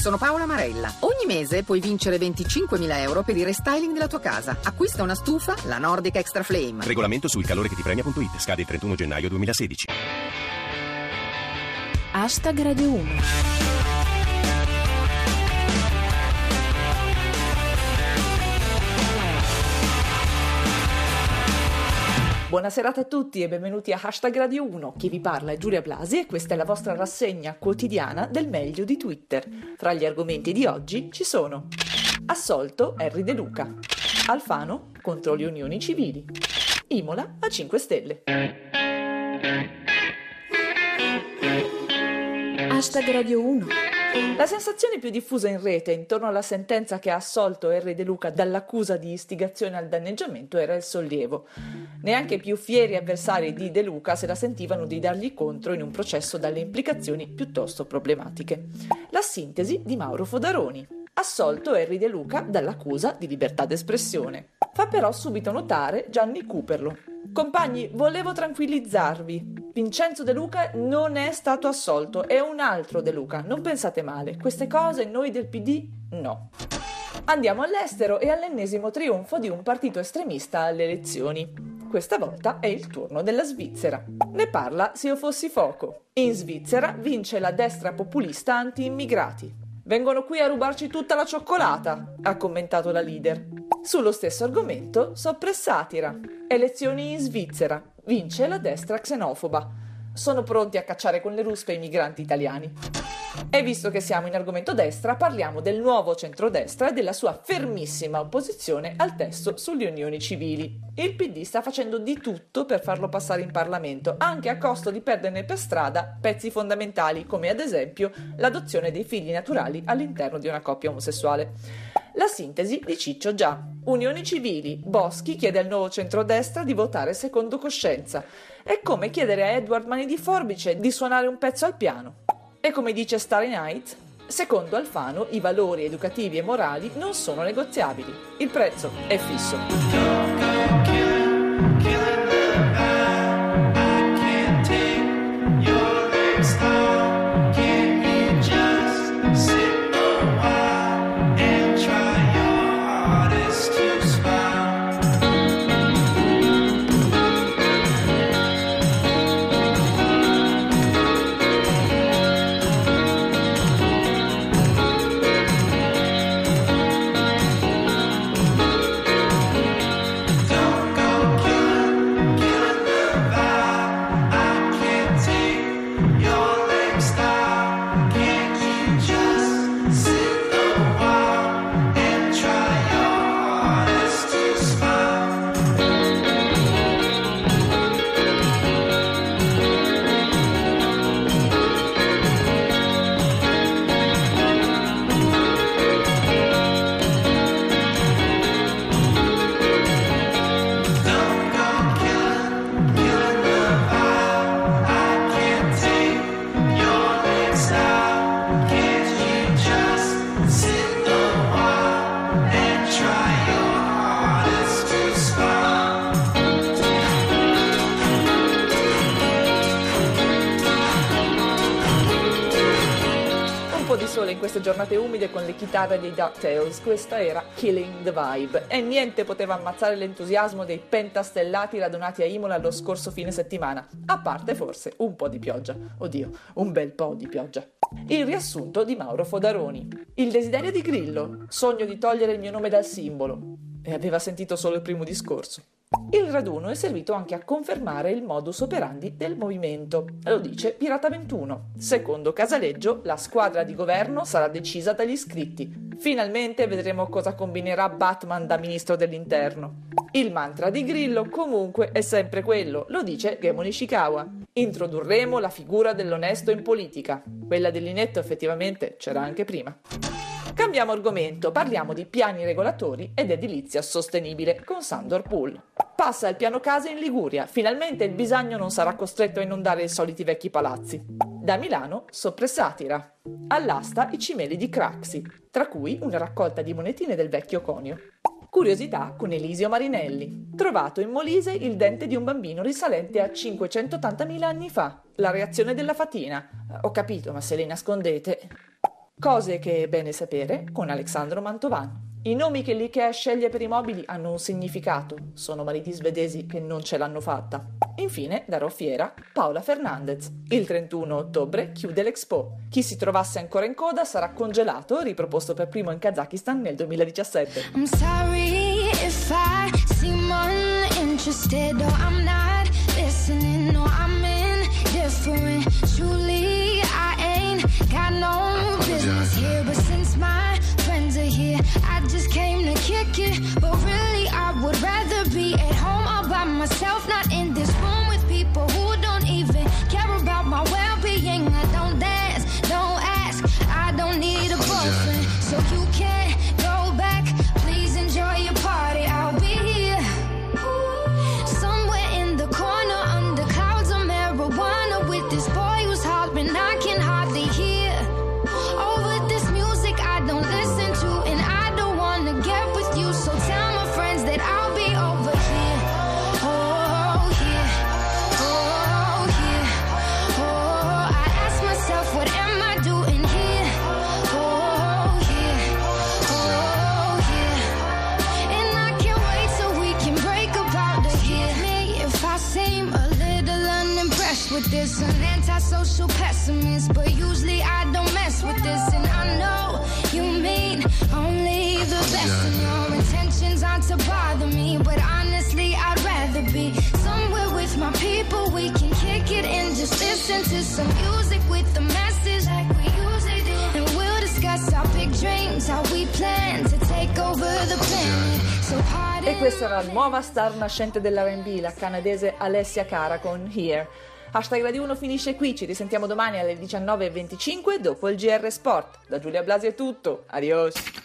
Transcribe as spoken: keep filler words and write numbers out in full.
sono Paola Marella. Ogni mese puoi vincere venticinquemila euro per il restyling della tua casa. Acquista una stufa, la Nordic Extra Flame. Regolamento sul calore che ti premia punto it. Scade il trentuno gennaio duemilasedici. Hashtag Radio uno. Buona serata a tutti e benvenuti a Hashtag Radio uno. Chi vi parla è Giulia Blasi e questa è la vostra rassegna quotidiana del meglio di Twitter. Fra gli argomenti di oggi ci sono: assolto Erri De Luca, Alfano contro le unioni civili, Imola a cinque Stelle. Hashtag Radio uno. La sensazione più diffusa in rete intorno alla sentenza che ha assolto Erri De Luca dall'accusa di istigazione al danneggiamento era il sollievo. Neanche i più fieri avversari di De Luca se la sentivano di dargli contro in un processo dalle implicazioni piuttosto problematiche. La sintesi di Mauro Fodaroni. Assolto Erri De Luca dall'accusa di libertà d'espressione. Fa però subito notare Gianni Cooperlo. Compagni, volevo tranquillizzarvi. Vincenzo De Luca non è stato assolto, è un altro De Luca, non pensate male. Queste cose noi del P D no. Andiamo all'estero e all'ennesimo trionfo di un partito estremista alle elezioni. Questa volta è il turno della Svizzera. Ne parla Se io fossi Foco. In Svizzera vince la destra populista anti-immigrati. Vengono qui a rubarci tutta la cioccolata, ha commentato la leader. Sullo stesso argomento, soppressatira. Elezioni in Svizzera. Vince la destra xenofoba. Sono pronti a cacciare con le ruspe i migranti italiani. E visto che siamo in argomento destra, parliamo del nuovo centrodestra e della sua fermissima opposizione al testo sulle unioni civili. Il P D sta facendo di tutto per farlo passare in Parlamento, anche a costo di perderne per strada pezzi fondamentali, come ad esempio l'adozione dei figli naturali all'interno di una coppia omosessuale. La sintesi di Ciccio Già. Unioni civili. Boschi chiede al nuovo centrodestra di votare secondo coscienza. È come chiedere a Edward Mani di Forbice di suonare un pezzo al piano. E come dice Starry Night, secondo Alfano i valori educativi e morali non sono negoziabili. Il prezzo è fisso. In queste giornate umide con le chitarre dei DuckTales, questa era Killing the Vibe e niente poteva ammazzare l'entusiasmo dei pentastellati radunati a Imola lo scorso fine settimana, a parte forse un po' di pioggia, oddio, un bel po' di pioggia. Il riassunto di Mauro Fodaroni. Il desiderio di Grillo, sogno di togliere il mio nome dal simbolo, e aveva sentito solo il primo discorso. Il raduno è servito anche a confermare il modus operandi del movimento. Lo dice Pirata ventuno. Secondo Casaleggio, la squadra di governo sarà decisa dagli iscritti. Finalmente vedremo cosa combinerà Batman da ministro dell'interno. Il mantra di Grillo comunque è sempre quello, lo dice Gemmo Nishikawa. Introdurremo la figura dell'onesto in politica. Quella dell'inetto effettivamente c'era anche prima. Cambiamo argomento, parliamo di piani regolatori ed edilizia sostenibile con Sandor Pool. Passa il piano case in Liguria, finalmente il Bisagno non sarà costretto a inondare i soliti vecchi palazzi. Da Milano, soppressatira. All'asta i cimeli di Craxi, tra cui una raccolta di monetine del vecchio conio. Curiosità con Elisio Marinelli. Trovato in Molise il dente di un bambino risalente a cinquecentottantamila anni fa. La reazione della fatina. Ho capito, ma se le nascondete... Cose che è bene sapere con Alessandro Mantovano. I nomi che l'IKEA sceglie per i mobili hanno un significato, sono mariti svedesi che non ce l'hanno fatta. Infine, darò fiera, Paola Fernandez. Il trentuno ottobre chiude l'Expo. Chi si trovasse ancora in coda sarà congelato, riproposto per primo in Kazakistan nel duemiladiciassette. I'm sorry if I seem uninterested or I'm not listening, no I'm indifferent. Truly I ain't got no business here, but since my friends are here, I just came to kick it. But really I would rather be at home all by myself, not in this room with people who don't even care about my well-being. I don't dance, don't ask, I don't need a boyfriend, so you can't go back. Please enjoy your party, I'll be here somewhere in the corner under clouds of marijuana with this boy who's hollering I can hardly hear over this music I don't listen to, and I don't wanna get with you, so tell my friends that I'll be over here. Oh here, oh here, oh I ask myself what am I doing here? Oh here, oh here, and I can't wait so we can break up out of here. Me if I seem a little unimpressed with this, an antisocial pessimist, but usually I don't mess with this, and I know you mean only the best, and your intentions aren't to bother me, but honestly I'd rather be somewhere with my people. We can kick it and just listen to some music with the message like we usually do, and we'll discuss our big dreams, how we plan to take over the planet. So pardon. E questa era la nuova star nascente dell'R and B, la canadese Alessia Cara con Here. Hashtag Radio uno finisce qui, ci risentiamo domani alle diciannove e venticinque dopo il G R Sport. Da Giulia Blasi è tutto, adios!